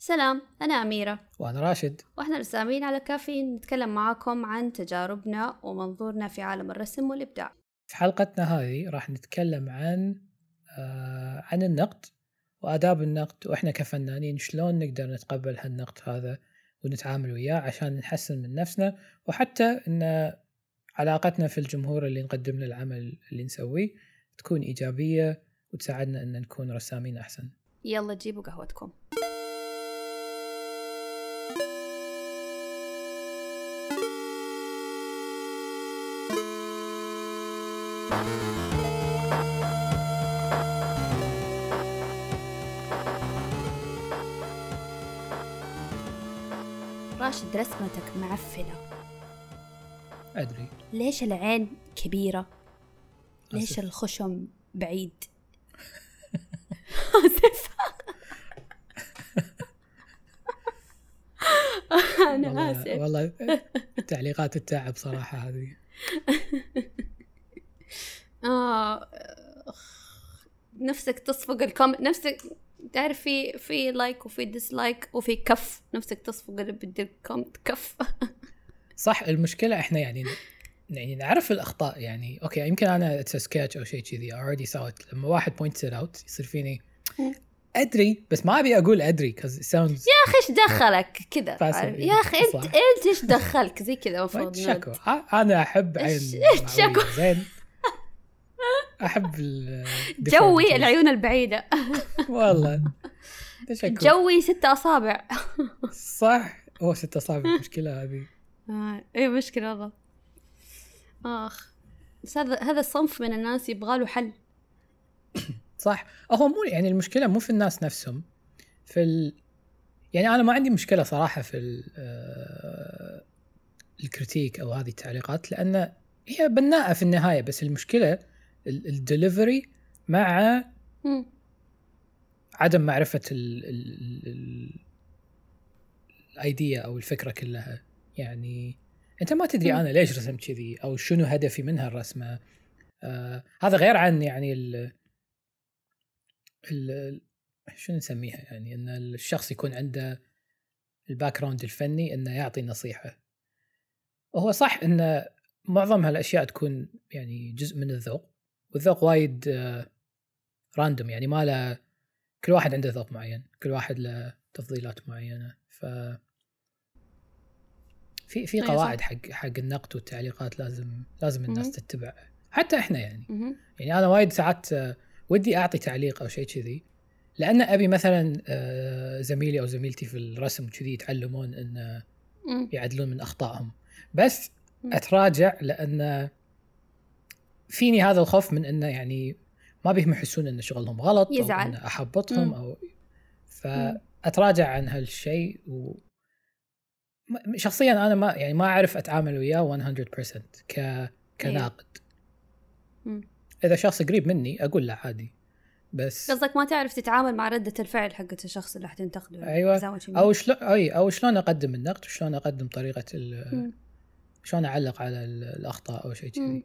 سلام، أنا أميرة وأنا راشد، وإحنا رسامين على كافيين نتكلم معاكم عن تجاربنا ومنظورنا في عالم الرسم والإبداع. في حلقتنا هذه راح نتكلم عن النقد وآداب النقد، وإحنا كفنانين شلون نقدر نتقبل هالنقد هذا ونتعامل وياه عشان نحسن من نفسنا، وحتى إن علاقتنا في الجمهور اللي نقدم له العمل اللي نسويه تكون إيجابية وتساعدنا إن نكون رسامين أحسن. يلا جيبوا قهوتكم. راشد، رسمتك معفنة. أدري. ليش العين كبيرة؟ ليش الخشم بعيد؟ أنا آسف. والله تعليقات التعب صراحة هذه. نفسك تصفق الكومنت، نفسك تعرف في لايك وفي ديسلايك وفي كف، نفسك تصفق اللي بدي الكومنت كف. صح، المشكلة احنا يعني نعرف الأخطاء، يعني أوكي يمكن أنا سكيتش أو شيء كذي already سويت، لما واحد points it out يصير فيني أدري، بس ما أبي أقول أدري cause it sounds يا أخي إيش دخلك كذا؟ يا أخي أنت إيش دخلك زي كذا؟ مفروض شكو. أنا أحب عين زين، أحب جوي العيون البعيدة. والله جوي 6 أصابع. صح، 6 أصابع. مشكلة هذه. إيه مشكلة والله. بس هذا الصنف من الناس يبغاله حل. صح، هو مو يعني المشكلة مو في الناس نفسهم، يعني أنا ما عندي مشكلة صراحة في الكريتيك أو هذه التعليقات، لأن هي بناءة في النهاية، بس المشكلة الدليفري مع عدم معرفة الأيديا أو الفكرة كلها. يعني أنت ما تدري أنا ليش رسمت كذي أو شنو هدفي من هالرسمة. هذا غير عن يعني شنو نسميها، يعني أن الشخص يكون عنده الباك جراوند الفني إنه يعطي نصيحة. وهو صح إن معظم هالأشياء تكون يعني جزء من الذوق، والذوق وايد راندوم، يعني ما له، كل واحد عنده ذوق معين، كل واحد له تفضيلات معينة. في قواعد حق النقد والتعليقات لازم الناس تتبع، حتى احنا يعني انا وايد ساعات ودي اعطي تعليق او شيء كذي، لان ابي مثلا زميلي او زميلتي في الرسم كذي يتعلمون ان يعدلون من اخطائهم، بس اتراجع لان فيني هذا الخوف من انه يعني ما بيهم يحسون ان شغلهم غلط يزعل. او ان احبطهم او فاتراجع عن هالشيء. شخصيا انا ما اعرف اتعامل وياه 100% كناقد. اذا شخص قريب مني اقول له عادي، بس قصدك ما تعرف تتعامل مع ردة الفعل حقت الشخص اللي حتنتقده. ايوه، او شلون اقدم النقد وشلون اقدم طريقة شلون اعلق على الاخطاء او شيء كذي.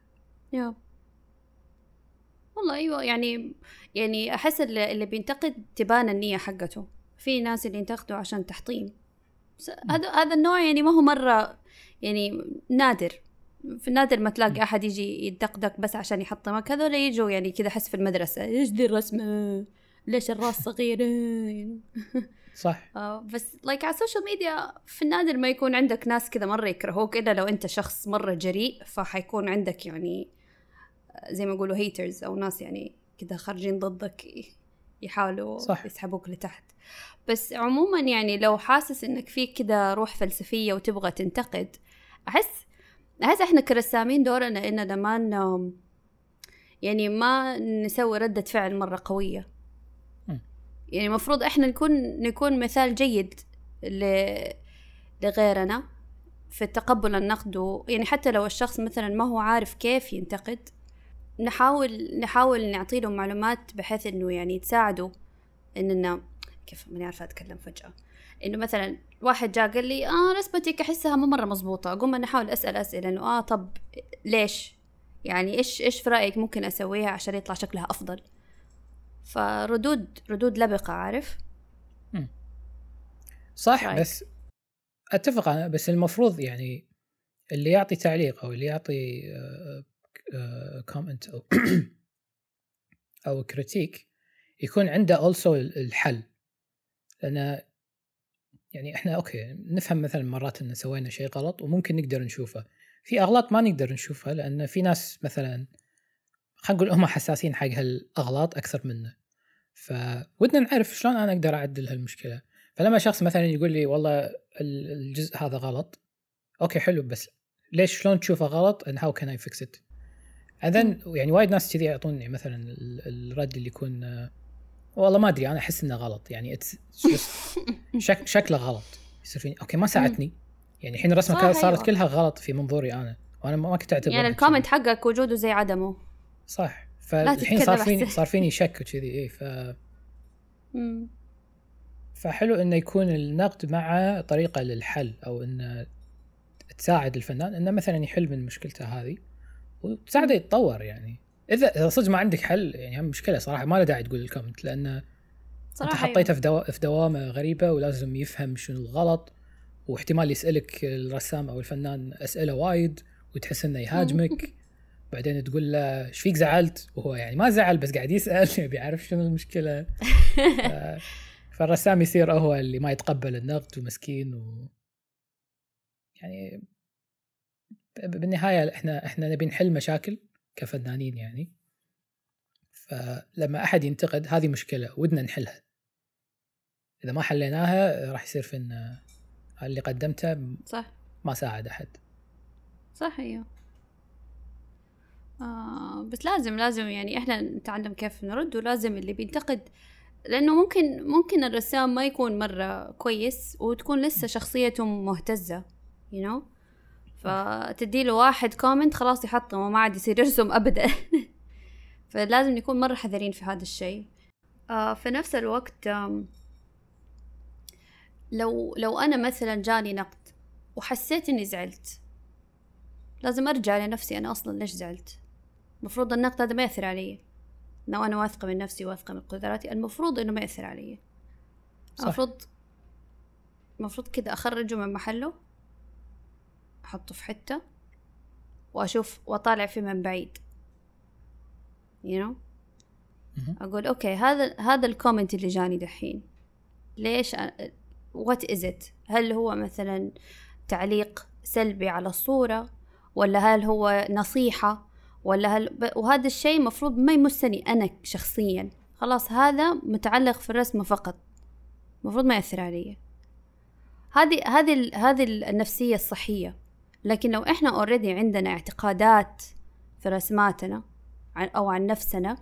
والله ايوه، يعني احس اللي بينتقد تبان النية حقته. في ناس اللي ينتقدوا عشان تحطيم، هذا النوع يعني ما هو مرة، يعني نادر. في النادر ما تلاقي أحد يجي يدقدق بس عشان يحطمك. هذول يجوا يعني كذا حس في المدرسة، إيش دي الرسمة، ليش الراس صغيرة يعني. صح. بس على السوشيال ميديا في النادر ما يكون عندك ناس كذا مرة يكرهوك، إلا لو أنت شخص مرة جريء فحيكون عندك يعني زي ما يقولوا هيترز، أو ناس يعني كذا خارجين ضدك يحاولوا صح. يسحبوك لتحت. بس عموما يعني لو حاسس انك فيك كده روح فلسفية وتبغى تنتقد، احس احنا كرسامين دورنا اننا ما نسوي ردة فعل مرة قوية. يعني مفروض احنا نكون مثال جيد لغيرنا في تقبل النقد. يعني حتى لو الشخص مثلا ما هو عارف كيف ينتقد، نحاول نعطي له معلومات بحيث انه يعني تساعده اننا كيف ماني عارفة أتكلم فجأة. إنه مثلا واحد جاء قال لي رسمتك أحسها ما مرة مزبوطة، أقوم أنا أحاول أسأل أسئلة إنه طب ليش، يعني إيش في رأيك ممكن أسويها عشان يطلع شكلها أفضل. فردود لبقة، عارف. صح رأيك. بس اتفق انا، بس المفروض يعني اللي يعطي تعليق او اللي يعطي كومنت او او كريتيك يكون عنده also الحل. لان يعني احنا اوكي نفهم مثلا مرات ان سوينا شيء غلط وممكن نقدر نشوفه، في اغلاط ما نقدر نشوفها لان في ناس مثلا خلينا نقول هم حساسين حق هالاغلاط اكثر منا، فودنا نعرف شلون انا اقدر اعدل هالمشكله. فلما شخص مثلا يقول لي والله الجزء هذا غلط، اوكي حلو، بس ليش شلون تشوفه غلط and how can I fix it. يعني وايد ناس كذي يعطوني مثلا الرد اللي يكون والله ما ادري انا احس انه غلط، يعني شكله غلط، يصير فيني اوكي ما ساعدتني، يعني الحين الرسمه صارت كلها غلط في منظوري انا، وانا ما كنت اعتبر يعني الكومنت حقك وجوده زي عدمه. صح، فالحين صار فيني شك وكذي ايه فحلو انه يكون النقد مع طريقه للحل، او انه تساعد الفنان انه مثلا يحل من مشكلته هذه وتساعده يتطور. يعني اذا صدق ما عندك حل يعني هم مشكله صراحه، ما له داعي تقول الكومنت، لان انت حطيته في دوامه غريبه ولازم يفهم شنو الغلط، واحتمال يسالك الرسام او الفنان اسئله وايد وتحس انه يهاجمك بعدين تقول له ايش فيك زعلت، وهو يعني ما زعل بس قاعد يسال بيعرف شنو المشكله. فالرسام يصير هو اللي ما يتقبل النقد ومسكين يعني بالنهايه احنا نبي نحل مشاكل كفنانين يعني، فلما احد ينتقد هذه مشكله ودنا نحلها، اذا ما حليناها راح يصير في ان اللي قدمته صح ما ساعد احد. صح ايوه. بس لازم يعني احنا نتعلم كيف نرد، ولازم اللي بينتقد، لانه ممكن الرسام ما يكون مره كويس وتكون لسه شخصيته مهتزه فتديله واحد كومنت خلاص يحطم وما عاد يصير يرسم ابدا. فلازم نكون مره حذرين في هذا الشيء. في نفس الوقت لو انا مثلا جاني نقد وحسيت اني زعلت، لازم ارجع لنفسي انا اصلا ليش زعلت. المفروض النقد هذا ما يأثر علي، لو انا واثقه من نفسي واثقه من قدراتي المفروض انه ما يأثر علي. المفروض كذا اخرجه من محله، احطه في حته واشوف واطالع فيه من بعيد اقول اوكي هذا الكومنت اللي جاني دحين ليش what is it؟ هل هو مثلا تعليق سلبي على الصورة، ولا هل هو نصيحة، ولا وهذا الشيء مفروض ما يمسني أنا شخصيا، خلاص هذا متعلق في الرسمة فقط، مفروض ما يأثر علي. هذه النفسية الصحية. لكن لو إحنا already عندنا اعتقادات في رسماتنا أو عن نفسنا،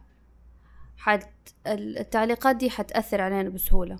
التعليقات دي حتأثر علينا بسهولة.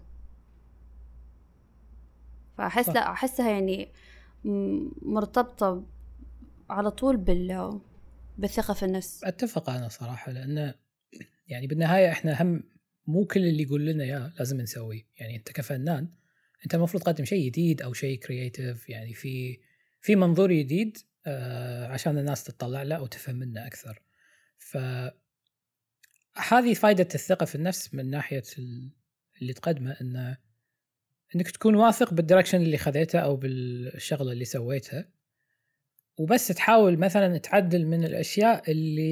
فأحسها يعني مرتبطة على طول بالثقة في النفس. أتفق أنا صراحة، لأن يعني بالنهاية إحنا هم مو كل اللي يقول لنا يا لازم نسويه. يعني أنت كفنان أنت المفروض تقدم شيء جديد أو شيء كرياتيف، يعني في منظور جديد عشان الناس تطلع له وتفهم منه أكثر. فهذه فائدة الثقة في النفس من ناحية اللي تقدمه، انك تكون واثق بالديركشن اللي خذيته او بالشغله اللي سويتها، وبس تحاول مثلا تعدل من الاشياء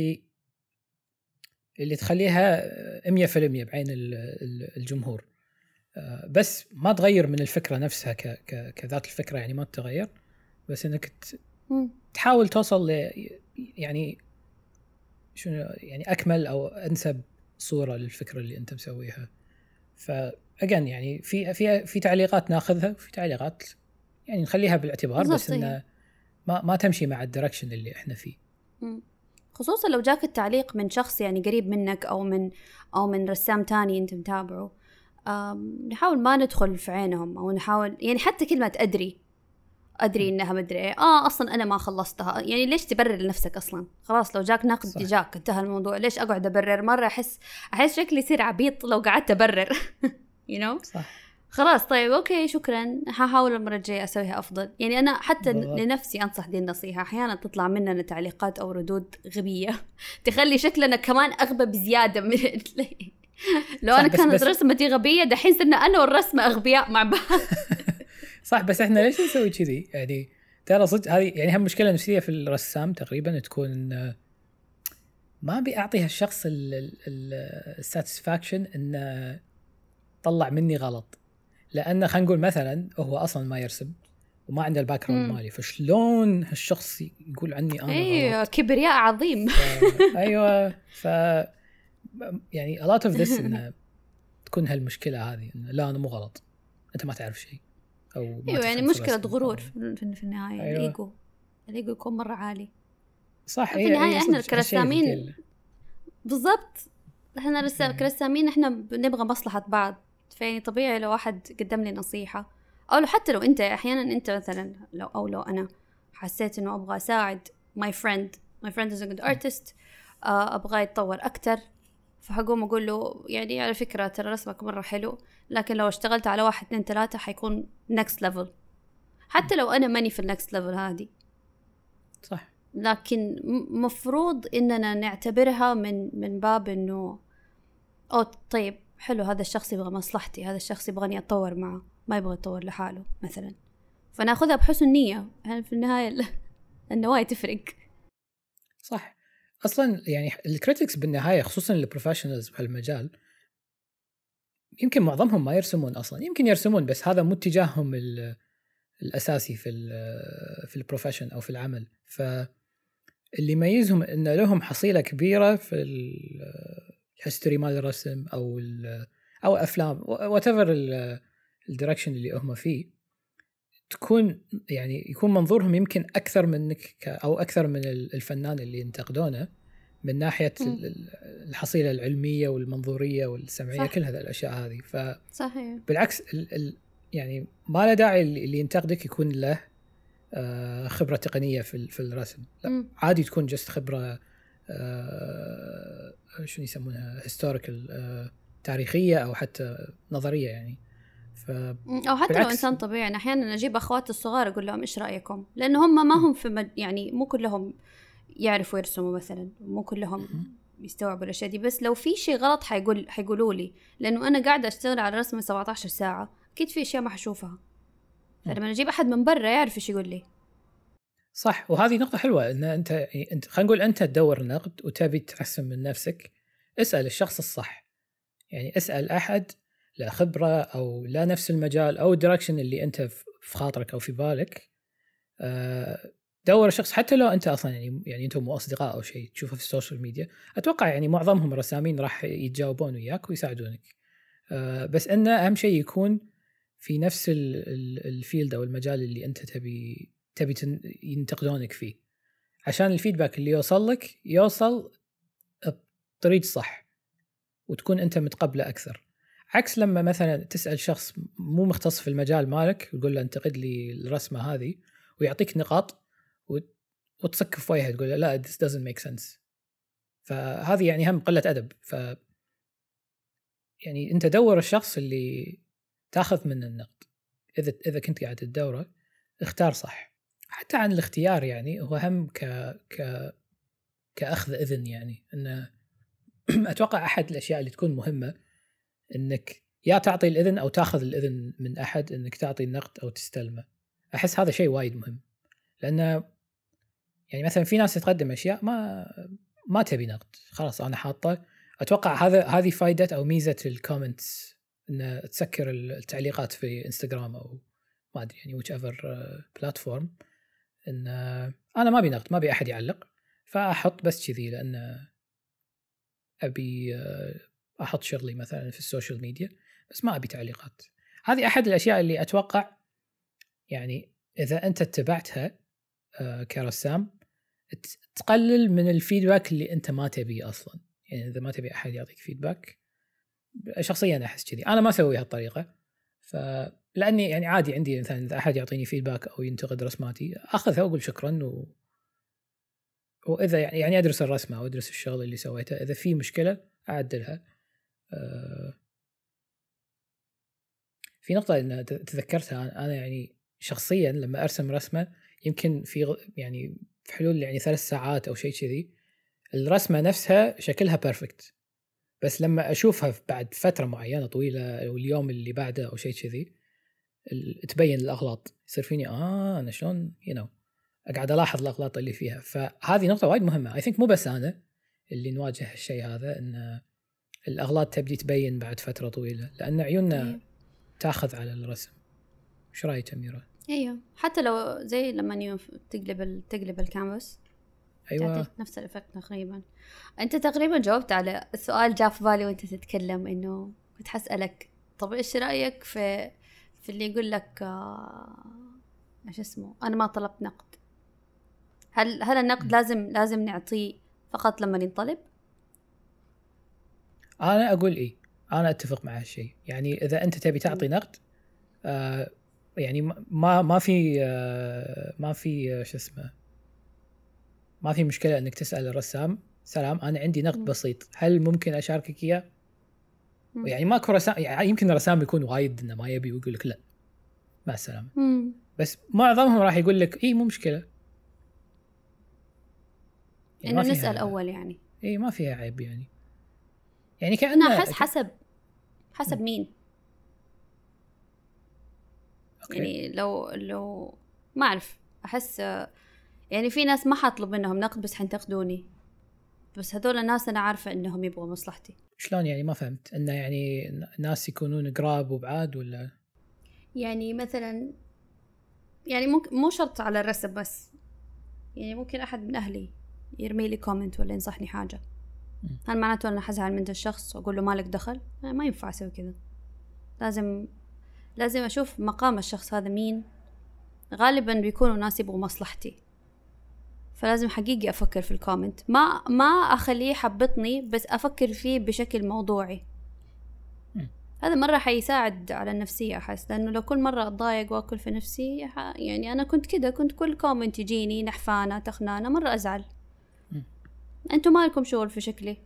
اللي تخليها 100% بعين الجمهور، بس ما تغير من الفكره نفسها كذات الفكره، يعني ما تتغير، بس انك تحاول توصل يعني شنو يعني اكمل او انسب صوره للفكره اللي انت مسويها. فأجن يعني في تعليقات ناخذها وفي تعليقات يعني نخليها بالاعتبار، بس إنه ما تمشي مع الديركشن اللي إحنا فيه. خصوصا لو جاك التعليق من شخص يعني قريب منك أو من رسام تاني أنت متابعه، نحاول ما ندخل في عينهم، أو نحاول يعني حتى كلمة أدري إنها مدري إيه أصلا أنا ما خلصتها، يعني ليش تبرر لنفسك أصلا؟ خلاص لو جاك نقد جاك انتهى الموضوع، ليش أقعد أبرر؟ مرة أحس شكلي يصير عبيط لو قعدت أبرر. صح. خلاص طيب أوكي شكرا، هحاول المرة الجاية أسويها أفضل. يعني أنا حتى لنفسي أنصح دي النصيحة، أحيانا تطلع مننا تعليقات أو ردود غبية تخلي شكلنا كمان أغبى بزيادة من لو أنا كانت رسمتي غبية دحين صرنا أنا والرسمة أغبياء مع بعض. صح. بس احنا ليش نسوي كذي يعني؟ ترى صدق هذه يعني هم مشكله نفسيه في الرسام تقريبا، تكون ما بيعطيها الشخص الساتسفاكشن انه طلع مني غلط، لانه خلينا نقول مثلا هو اصلا ما يرسم وما عنده الباك جراوند مالي، فشلون هالشخص يقول عني انا ايوه غلط؟ كبرياء عظيم. ايوه يعني a lot of this انه تكون هالمشكله هذه إنه لا انا مو غلط، انت ما تعرف شيء او ما ايوه يعني تفهم مشكله الرسم غرور في النهايه. أيوة. الايجو يكون مره عالي. صح. في النهايه احنا كرسامين بالضبط، احنا كرسامين احنا بنبغى مصلحه بعض، فيعني طبيعي لو واحد قدم لي نصيحه، او لو حتى لو انت احيانا انت مثلا لو انا حسيت انه ابغى اساعد my friend is a good artist، ابغى يتطور اكتر، فهقوم اقول له يعني على فكره ترى رسمك مره حلو، لكن لو اشتغلت على 1 2 3 حيكون next level، حتى لو انا ماني في النكست ليفل هذه. صح. لكن مفروض اننا نعتبرها من باب انه طيب حلو، هذا الشخص يبغى مصلحتي، هذا الشخص يبغاني اتطور معه، ما يبغى يتطور لحاله مثلا، فناخذها بحسن نية. يعني في النهاية النوايا تفرق. صح. اصلا يعني الكريتكس بالنهايه خصوصا البروفيشنالز بهالمجال يمكن معظمهم ما يرسمون اصلا، يمكن يرسمون بس هذا مو اتجاههم الاساسي في البروفيشن او في العمل. فاللي يميزهم ان لهم حصيله كبيره في الهيستوري مال الرسم او افلام وات ايفر الدايركشن اللي هم فيه، تكون يعني يكون منظورهم يمكن اكثر منك او اكثر من الفنان اللي ينتقدونه من ناحيه الحصيله العلميه والمنظوريه والسمعيه. صح. كل هذه الاشياء هذه صحيح. بالعكس يعني ما له داعي اللي ينتقدك يكون له خبره تقنيه في الرسم، لا عادي تكون جست خبره شو يسمونها هيستوريكال تاريخية او حتى نظريه يعني. او حتى لو انسان طبيعي، يعني احيانا اجيب اخواتي الصغار اقول لهم ايش رايكم، لانه هم ما هم في يعني مو كلهم يعرفوا يرسموا مثلا، مو كلهم يستوعبوا الاشياء دي، بس لو في شيء غلط حيقولوا لي، لانه انا قاعده اشتغل على رسم 17 ساعه، اكيد في اشياء ما حشوفها، فلما اجيب احد من برا يعرف ايش يقول لي. صح. وهذه نقطه حلوه ان انت خلينا نقول انت تدور نقد وتبي ترسم من نفسك، اسال الشخص الصح، يعني اسال احد لا خبرة أو لا نفس المجال أو الدايركشن اللي أنت في خاطرك أو في بالك. دور الشخص حتى لو أنت أصلا يعني أنتم مو أصدقاء أو شيء تشوفه في السوشيال ميديا، أتوقع يعني معظمهم رسامين راح يتجاوبون وياك ويساعدونك، بس إنه أهم شيء يكون في نفس الفيلد أو المجال اللي أنت تبي ينتقدونك فيه، عشان الفيدباك اللي يوصل لك يوصل بطريق صح وتكون أنت متقبله أكثر. عكس لما مثلا تسأل شخص مو مختص في المجال مالك وتقول له انتقد لي الرسمة هذه ويعطيك نقاط وتصك في وجهه تقول له لا this doesn't make sense، فهذه يعني هم قلة أدب. يعني أنت دور الشخص اللي تاخذ منه النقد، إذا كنت قاعد تدوره اختار صح. حتى عن الاختيار يعني هو هم كأخذ إذن، يعني أنه أتوقع أحد الأشياء اللي تكون مهمة انك يا تعطي الاذن او تاخذ الاذن من احد انك تعطي النقد او تستلمه. احس هذا شيء وايد مهم، لانه يعني مثلا في ناس تقدم اشياء ما تبي نقد، خلاص انا حاطه. اتوقع هذه فائده او ميزه الكومنتس، ان تسكر التعليقات في انستغرام او ما ادري يعني which ever بلاتفورم، ان انا ما ابي نقد، ما ابي احد يعلق، فاحط بس كذي لان ابي احط شغلي مثلا في السوشيال ميديا، بس ما ابي تعليقات. هذه احد الاشياء اللي اتوقع يعني اذا انت اتبعتها كرسام تقلل من الفيدباك اللي انت ما تبيه اصلا. يعني اذا ما تبي احد يعطيك فيدباك، شخصيا احس كذي، انا ما اسوي هالطريقه، لاني يعني عادي عندي مثلا اذا احد يعطيني فيدباك او ينتقد رسماتي اخذها واقول شكرا، واذا يعني ادرس الرسمه او ادرس الشغل اللي سويته، اذا في مشكله اعدلها. في نقطة إن تذكرتها أنا يعني شخصيا لما أرسم رسمة يمكن في يعني في حلول يعني 3 ساعات أو شيء كذي، الرسمة نفسها شكلها بيرفكت، بس لما أشوفها بعد فترة معينة طويلة أو اليوم اللي بعده أو شيء كذي تبين الأغلاط، يصير فيني أنا شلون أقعد ألاحظ الأغلاط اللي فيها. فهذه نقطة وايد مهمة. I think مو بس أنا اللي نواجه الشيء هذا، إن الأغلاط تبدي تبين بعد فترة طويلة، لأن عيوننا تأخذ على الرسم. إيش رأيك أميرة؟ أيوه، حتى لو زي لما تقلب الكانفاس، أيوة، تعطيك نفس الإفكت تقريبا. أنت تقريبا جاوبت على السؤال جاء في بالي وأنت تتكلم، إنه كنت حسألك طب إيش رأيك في اللي يقول لك إيش اسمه، أنا ما طلبت نقد. هل النقد لازم نعطيه فقط لما ينطلب؟ أنا أقول إيه، أنا أتفق مع هالشيء. يعني إذا أنت تبي تعطي نقد، يعني ما في شو اسمه، ما في مشكلة أنك تسأل الرسام سلام أنا عندي نقد بسيط، هل ممكن أشاركك إياه؟ يعني ماكو رسام، يعني يمكن الرسام يكون وايد إنه ما يبي ويقول لك لا مع السلامة، بس معظمهم راح يقول لك إيه مو مشكلة، يعني إنه نسأل أول. يعني إيه ما فيها عيب. يعني كأنه أنا أحس حسب مين. أوكي. يعني لو ما أعرف، أحس يعني في ناس ما حطلب منهم نقد بس حينتقدوني، بس هذول الناس أنا عارفة إنهم يبغوا مصلحتي. شلون يعني؟ ما فهمت. إنه يعني ناس يكونون قراب وبعاد ولا؟ يعني مثلا يعني ممكن مو شرط على الرسم بس، يعني ممكن أحد من أهلي يرمي لي كومنت ولا ينصحني حاجة، هل معناته أنا حزعل من الشخص وأقول له مالك دخل؟ ما ينفع أسوي كذا. لازم أشوف مقام الشخص هذا مين. غالبا بيكونوا ناس يبغوا مصلحتي، فلازم حقيقي أفكر في الكومنت، ما أخليه يحبطني، بس أفكر فيه بشكل موضوعي. هذا مرة حيساعد على النفسية أحس، لأنه لو كل مرة أتضايق وأكل في نفسي، يعني أنا كنت كل كومنت يجيني نحفانة تخنانة مرة أزعل. أنتوا ما لكم شغل في شكلي.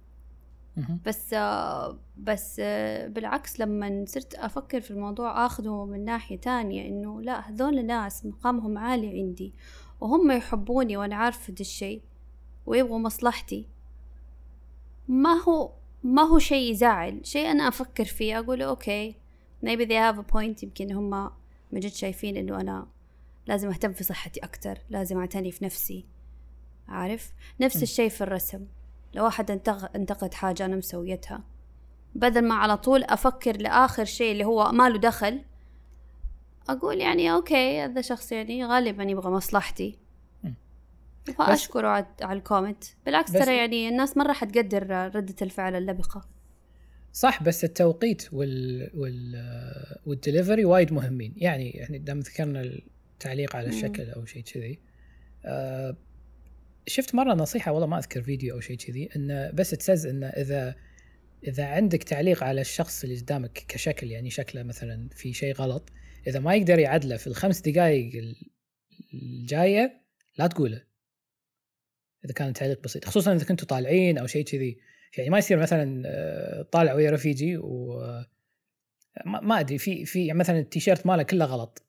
بس بالعكس لما صرت أفكر في الموضوع أخذه من ناحية تانية، إنه لا، هذول الناس مقامهم عالي عندي وهم يحبوني وأنا عارفة هذا الشيء ويبغوا مصلحتي، ما هو شيء يزعل، شيء أنا أفكر فيه، أقول أوكي maybe they have a point. يمكن هم ما جد شايفين إنه أنا لازم أهتم في صحتي أكتر، لازم أعتني في نفسي. عارف؟ نفس الشيء في الرسم، لو واحد انتقد حاجة أنا مسويتها، بدل ما على طول أفكر لآخر شيء اللي هو ما له دخل، أقول يعني أوكي هذا شخص يعني غالبا يبغى مصلحتي، فأشكره على الكومنت. بالعكس ترى يعني الناس مرة حتقدر ردة الفعل اللبقة. صح، بس التوقيت والدليفري وايد مهمين. يعني دام ذكرنا التعليق على الشكل أو شيء كذي، شفت مرة نصيحة، والله ما أذكر فيديو أو شيء كذي، إنه بس تسز إنه إذا عندك تعليق على الشخص اللي قدامك كشكل، يعني شكله مثلا في شيء غلط، إذا ما يقدر يعدله في ال5 دقائق الجاية لا تقوله، إذا كان تعليق بسيط، خصوصا إذا كنتوا طالعين أو شيء كذي. يعني ما يصير مثلا طالع ويا رفيجي وما أدري في مثلا التيشيرت ماله كله غلط،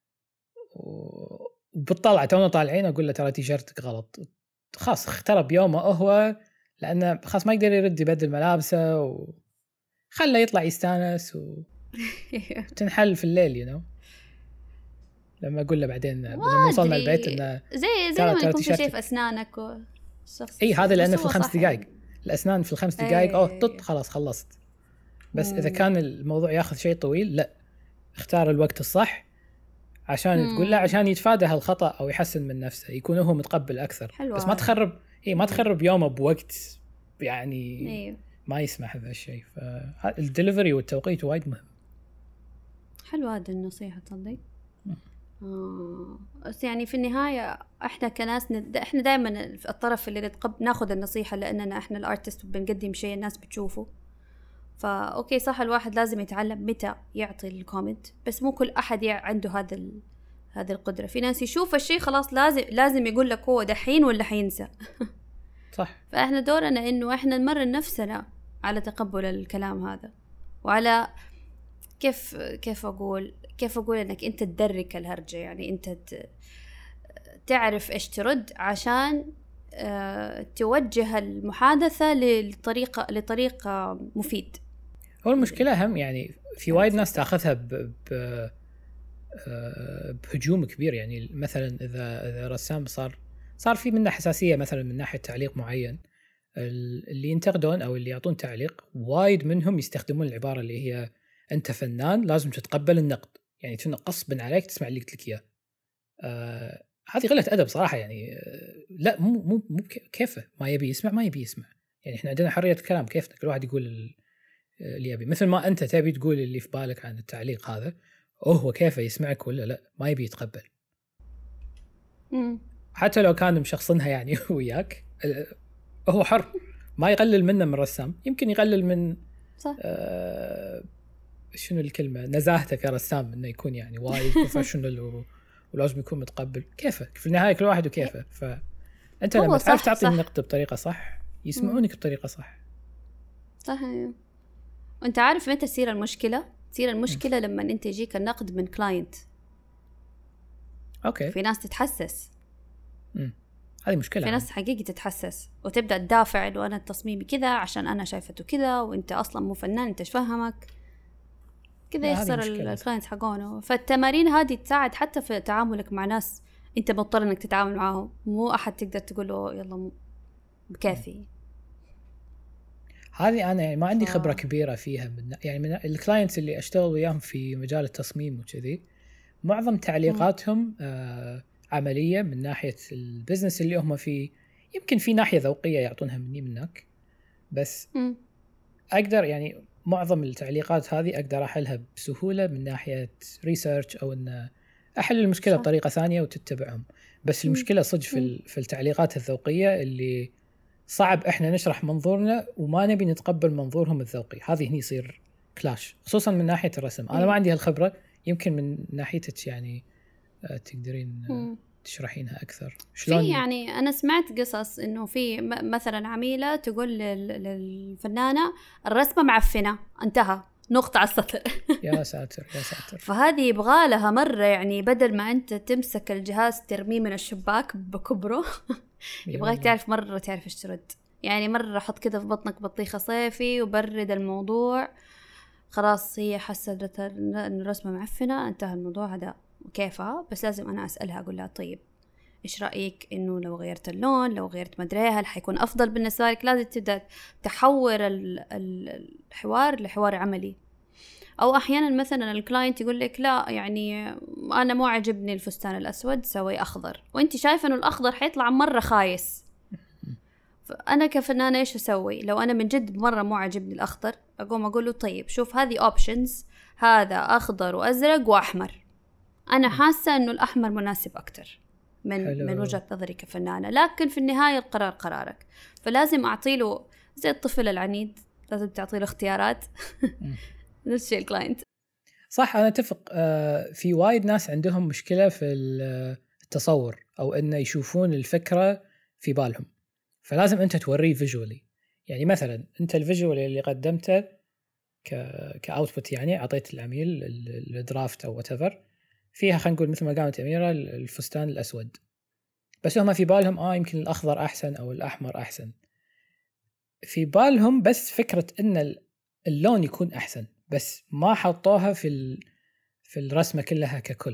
وبالطلعة تونا طالعين أقول له ترى تيشيرتك غلط، خلاص اخترب يومه هو، لأنه خلاص ما يقدر يرد يبدل ملابسه، وخله يطلع يستانس وتنحل في الليل لما أقول له بعدين لما وصلنا البيت إنه زي ما يكون في شيء في أسنانك إيه هذا، لأنه في ال5 دقائق الأسنان في ال5 دقائق خلاص خلصت. بس إذا كان الموضوع ياخذ شيء طويل، لا، اختار الوقت الصح عشان تقول له، عشان يتفادى هالخطأ أو يحسن من نفسه، يكون هو متقبل أكثر. بس ما تخرب يومه بوقت يعني ما يسمح بهذا الشيء. فالدليفري والتوقيت وايد مهم. حلو هذا النصيحة تصدق. بس يعني في النهاية احنا كناس احنا دائما الطرف اللي ناخذ النصيحة، لأننا احنا الارتست وبنقدم شيء الناس بتشوفه. فأوكي صح، الواحد لازم يتعلم متى يعطي الكومنت، بس مو كل أحد عنده هذه القدرة. في ناس يشوف الشيء خلاص لازم يقول لك هو دحين ولا حينسى. صح. فإحنا دورنا إنه إحنا نمرن نفسنا على تقبل الكلام هذا، وعلى كيف أقول إنك أنت تدرك الهرجة، يعني أنت تعرف إيش ترد عشان توجه المحادثة لطريقة مفيد. هو المشكلة هم يعني في وايد ناس تأخذها بهجوم كبير. يعني مثلا اذا رسام صار في منه حساسيه مثلا من ناحيه تعليق معين، اللي ينتقدون او اللي يعطون تعليق وايد منهم يستخدمون العباره اللي هي انت فنان لازم تتقبل النقد، يعني غصبا عليك تسمع اللي قلت لك اياه. هذه قله ادب صراحه. يعني لا مو كيفه ما يبي يسمع ما يبي يسمع. يعني احنا عندنا حريه الكلام، كيفنا كل واحد يقول اللي يبي، مثل ما انت تبي تقول اللي في بالك عن التعليق هذا، هو كيفه يسمعك ولا لا ما يبي يتقبل. حتى لو كان مشخصنها يعني وياك، هو حر، ما يقلل منه من رسام، يمكن يقلل من صح. شنو الكلمة، نزاهته كرسام، انه يكون يعني وايد بروفيشنال ولازم يكون متقبل. كيفه في النهاية كل واحد وكيفه. فأنت لما تعرف تعطي النقد بطريقة صح يسمعونك بطريقة صح. صحيح. وانت عارف متى تصير المشكلة لما انت يجيك النقد من كلاينت. اوكي. في ناس تتحسس. هذه مشكلة. في ناس حقيقي تتحسس وتبدأ تدافع انه انا تصميمي كذا عشان انا شايفته كذا وانت اصلا مو فنان انت ايش فهمك كذا، يخسر الكلاينت حقونه. فالتمارين هذه تساعد حتى في تعاملك مع ناس انت مضطر انك تتعامل معاهم، مو احد تقدر تقول له يلا بكافي. هذه انا يعني ما عندي خبره كبيره فيها يعني من الكلاينتس اللي اشتغل وياهم في مجال التصميم وكذي، معظم تعليقاتهم عمليه من ناحيه البزنس اللي هم فيه. يمكن في ناحيه ذوقيه يعطونها مني منك، بس اقدر يعني معظم التعليقات هذه اقدر احلها بسهوله من ناحيه ريسيرش، او ان احل المشكله بطريقه ثانيه وتتبعهم. بس المشكله صدق في التعليقات الذوقيه اللي صعب احنا نشرح منظورنا وما نبي نتقبل منظورهم الذوقي. هذه هني يصير كلاش، خصوصا من ناحيه الرسم. انا ما عندي هالخبره، يمكن من ناحيتك يعني تقدرين تشرحينها اكثر شلون. يعني انا سمعت قصص انه في مثلا عميله تقول للفنانه الرسمه معفنه، انتهى، نقطه على السطر. يا ساتر يا ساتر. فهذه يبغى لها مره، يعني بدل ما انت تمسك الجهاز ترميه من الشباك بكبره يبغاك تعرف مره تعرف ايش ترد. يعني مره حط كده في بطنك بطيخه صيفي وبرد الموضوع. خلاص هي حست ان الرسمه معفنه، انتهى الموضوع هذا كيفها. بس لازم انا اسالها اقول لها طيب ايش رايك انه لو غيرت اللون، لو غيرت ما ادري هل حيكون افضل بالنسبه لك. لازم تبدا تحور الحوار لحوار عملي. او احيانا مثلا الكلاينت يقول لك لا يعني انا مو عجبني الفستان الاسود سوي اخضر، وانت شايفه انه الاخضر حيطلع مره خايس. فانا كفنانه ايش اسوي لو انا من جد مره مو عجبني الاخضر؟ اقوم اقول له طيب شوف هذه اوبشنز، هذا اخضر وازرق واحمر، انا حاسه انه الاحمر مناسب اكتر من وجهه نظري كفنانه، لكن في النهايه القرار قرارك. فلازم اعطيله زي الطفل العنيد، لازم تعطيله اختيارات. نفس الشيء الكلاينت. صح، انا اتفق. في وايد ناس عندهم مشكله في التصور، او انه يشوفون الفكره في بالهم، فلازم انت توريه فيجولي. يعني مثلا انت الفيجوال اللي قدمته كاوتبوت، يعني اعطيت العميل الدرافت او whatever، فيها خلينا نقول مثل ما قالت أميرة الفستان الأسود، بس هم في بالهم يمكن الأخضر أحسن أو الأحمر أحسن. في بالهم بس فكرة إن اللون يكون أحسن، بس ما حطوها في الرسمة كلها ككل.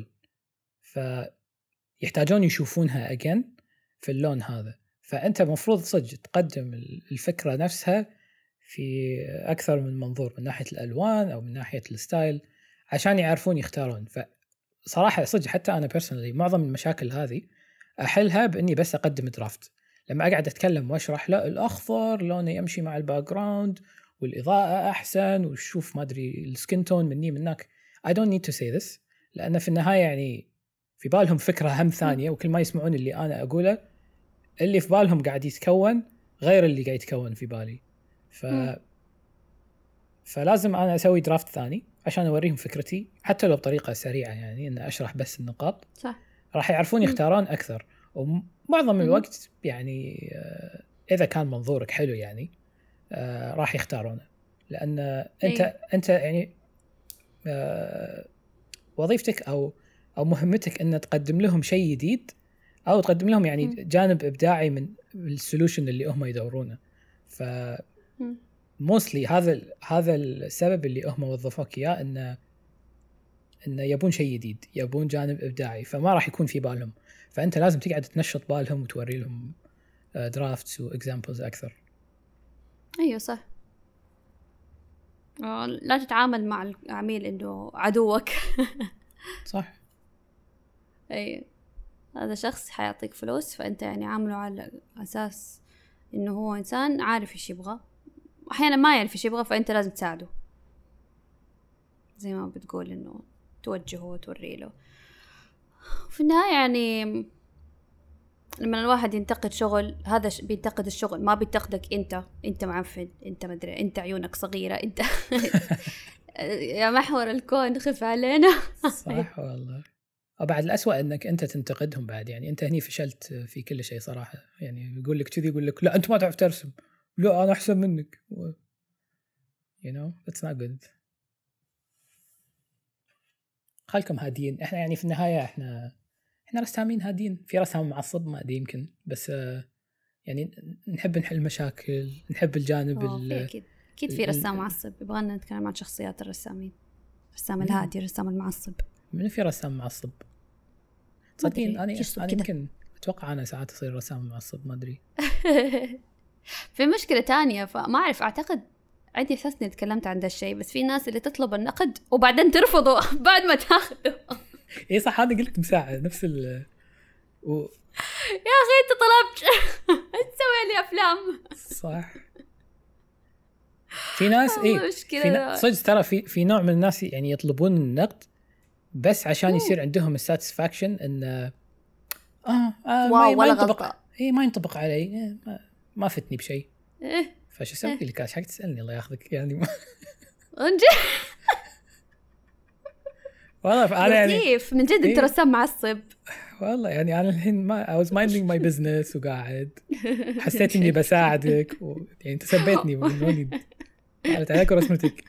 فيحتاجون يشوفونها again في اللون هذا. فأنت مفروض صدق تقدم الفكرة نفسها في أكثر من منظور، من ناحية الألوان أو من ناحية الستايل، عشان يعرفون يختارون. صراحة صدق حتى أنا بيرسونالي معظم المشاكل هذه أحلها بإني بس أقدم درافت. لما أقعد أتكلم وأشرح لا الأخضر لونه يمشي مع الباك جراوند والإضاءة أحسن وشوف ما أدري السكين تون مني منك، I don't need to say this، لأن في النهاية يعني في بالهم فكرة هم ثانية، وكل ما يسمعون اللي أنا أقوله اللي في بالهم قاعد يتكون غير اللي قاعد يتكون في بالي. فلازم أنا أسوي درافت ثاني عشان أوريهم فكرتي، حتى لو بطريقة سريعة، يعني إن أشرح بس النقاط. صح. راح يعرفون يختارون أكثر. ومعظم الوقت يعني إذا كان منظورك حلو يعني راح يختارونه، لأن أنت يعني وظيفتك أو مهمتك إن تقدم لهم شيء جديد، أو تقدم لهم يعني جانب إبداعي من السولوشن اللي هم يدورونه. موستلي هذا السبب اللي هم وظفوك إياه، إن إنه يبون شيء جديد، يبون جانب إبداعي، فما راح يكون في بالهم، فأنت لازم تقعد تنشط بالهم وتوري لهم درافتس وإكزامبلز أكثر. أيوة صح. لا تتعامل مع العميل إنه عدوك. صح. أي هذا شخص حيعطيك فلوس، فأنت يعني عامله على أساس إنه هو إنسان عارف إيش يبغى، أحيانا ما يعرف إيش يبغى، فأنت لازم تساعده زي ما بتقول، إنه توجهه وتوري له. في النهاية يعني لما الواحد ينتقد شغل، هذا بينتقد الشغل، ما بينتقدك انت معفن، انت مدري، انت عيونك صغيرة، انت يا محور الكون خف علينا. صح والله. وبعد الأسوأ انك انت تنتقدهم بعد، يعني انت هني فشلت في كل شيء صراحة، يعني يقول لك كذي، يقول لك لا انت ما تعرف ترسم، لا انا احسن منك، you know it's not good. خلكم هادين، احنا يعني في النهاية احنا رسامين هادين، في رسام معصب ما ادري يمكن، بس يعني نحب نحل مشاكل، نحب الجانب اكيد في رسام معصب. يبغانا نتكلم عن شخصيات الرسامين، الرسام الهادي، الرسام المعصب. من في رسام معصب؟ تصدقين انا يمكن اتوقع انا ساعات اصير رسام معصب، ما ادري. في مشكلة تانية، فما اعرف، اعتقد عندي احساس اني تكلمت عن ده الشيء، بس في ناس اللي تطلب النقد وبعدين ترفضه بعد ما تاخذه. ايه صح، انا قلت مساعد نفس يا اخي انت طلبت تسوي لي افلام. صح. في ناس صدق ترى في نوع من الناس يعني يطلبون النقد بس عشان يصير عندهم الساتسفاكشن ان ما ينطبق، ما ينطبق علي، ما فتني بشيء. فش اسوي لك؟ ايش حق تسالني؟ الله ياخذك يعني. والله انا يعني من جد انت رسام معصب والله. يعني انا الحين I was minding my business وقاعد حسيت اني بساعدك يعني انت سبيتني من ولد، قالت عليك رسمتك.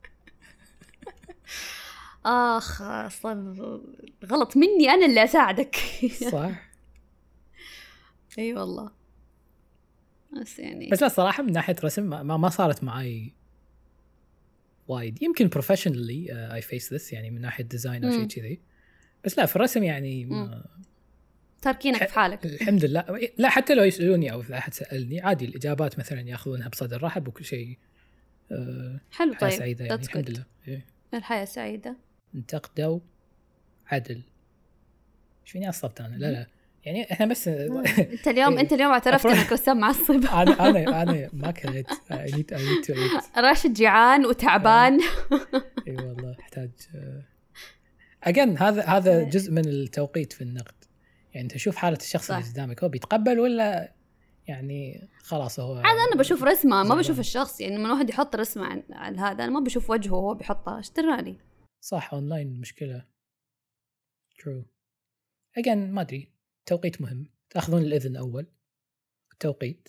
اصلا غلط مني انا اللي اساعدك. صح. اي والله. بس لا صراحه من ناحيه رسم ما صارت معي وايد، يمكن professionally I face this يعني من ناحيه ديزاين او شيء كذي، بس لا في الرسم يعني تركينك في حالك الحمد لله. لا حتى لو يسألوني أو إذا أحد سألني عادي، الإجابات مثلا يأخذونها بصدر رحب وكل شيء حلو. طيب سعيدة يعني الحمد لله. الحياة سعيدة. انتقدوا عدل. إيش فيني أصبت أنا؟ لا يعني إحنا بس أنت اليوم اعترفت إنك رسام معصب. أنا ما كنت I need to eat. راشد جيعان وتعبان. إي والله أحتاج again هذا جزء من التوقيت في النقد. يعني انت شوف حالة الشخص اللي قدامك، هو بيتقبل ولا يعني خلاص هو عاد. انا بشوف رسمه ما بشوف الشخص، يعني لما واحد يحط رسمه على هذا انا ما بشوف وجهه وهو بيحطها، اشترالي. صح اونلاين مشكلة. true again ما ادري، توقيت مهم، تاخذون الاذن اول التوقيت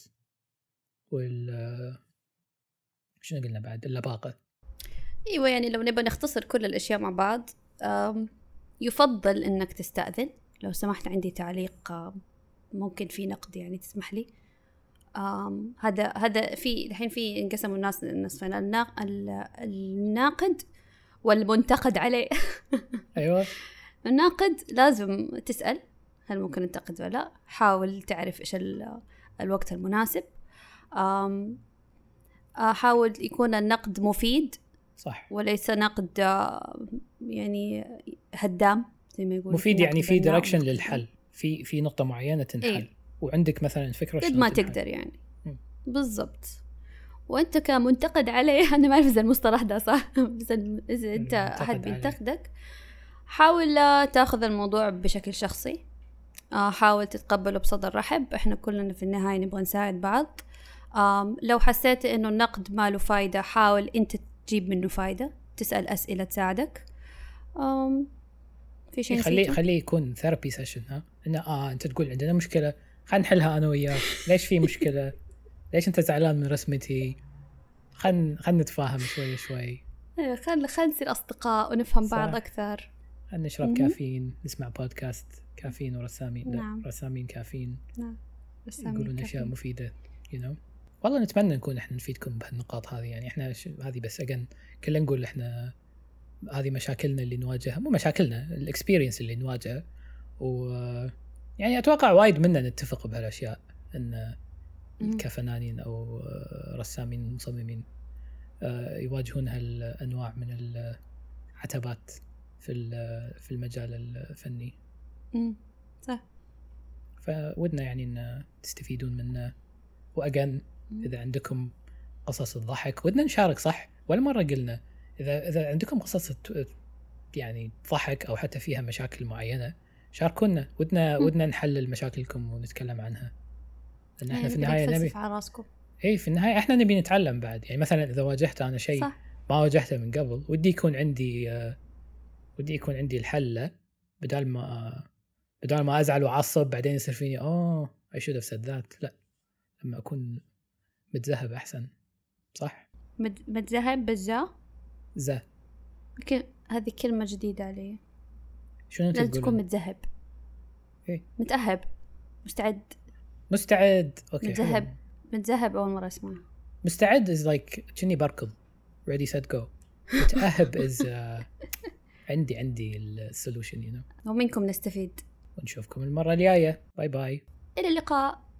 شنو قلنا بعد اللباقة. ايوه يعني لو نبغى نختصر كل الاشياء مع بعض، يفضل انك تستأذن. لو سمحت عندي تعليق، ممكن في نقد يعني تسمح لي. هذا في الحين في انقسموا الناس نصفين، الناقد والمنتقد عليه. ايوه. الناقد لازم تسأل هل ممكن ننتقد ولا لا، حاول تعرف ايش الوقت المناسب، حاول يكون النقد مفيد صح، وليس نقد يعني هدام زي ما يقول. مفيد يعني في دايركشن للحل، في نقطة معينة تنحل. وعندك مثلا فكرة قد ما تقدر يعني. بالضبط. وانت كمنتقد عليه، انا ما اعرف اذا المصطلح ده صح، بس اذا انت احد بينتقدك حاول لا تاخذ الموضوع بشكل شخصي، حاول تتقبله بصدر رحب. احنا كلنا في النهاية نبغى نساعد بعض. لو حسيت انه النقد ما له فايدة، حاول انت تجيب منه فايدة، تسأل أسئلة تساعدك. في شيء خليه يكون ثيرابي سيشن. إنه انت تقول عندنا مشكلة، خلينا نحلها انا وياك. ليش في مشكلة؟ ليش انت زعلان من رسمتي؟ خلينا نتفاهم شوي. خلينا نصير أصدقاء ونفهم بعض أكثر. خلينا نشرب كافيين، نسمع بودكاست كافيين ورسامين. نعم. رسامين كافيين. نعم. يقولون أشياء مفيدة. والله نتمنى نكون احنا نفيدكم بهالنقاط هذه. يعني احنا هذه بس كلنا نقول احنا هذه مشاكلنا اللي نواجهها، مو مشاكلنا، الاكسبيرينس اللي نواجهها. ويعني أتوقع وايد منا نتفق بهالأشياء، أن كفنانين أو رسامين مصممين يواجهون هالأنواع من العتبات في المجال الفني. صح. فودنا يعني أن تستفيدون منه. وأجن إذا عندكم قصص الضحك ودنا نشارك، صح؟ ولا مرة قلنا إذا عندكم قصص يعني ضحك أو حتى فيها مشاكل معينة شاركونا، ودنا نحلل مشاكلكم ونتكلم عنها، لأن إحنا في النهاية نبي على راسكم. إيه، في النهاية إحنا نبي نتعلم بعد. يعني مثلا إذا واجهت أنا شيء ما واجهته من قبل، ودي يكون عندي الحل له، بدال ما أزعل وأعصب بعدين يصير فيني I should have said that. لا، لما أكون متذهب أحسن. صح؟ متذهب بالزا؟ زا هذه كلمة جديدة علي. شنو أنت لازم تكون متذهب. إيه؟ متأهب، مستعد. أوكي. متذهب أول مرة اسمعها. مستعد is like كني بركض ready set go. متأهب is عندي السولوشن. ومنكم نستفيد. ونشوفكم المرة الجاية. باي باي. إلى اللقاء.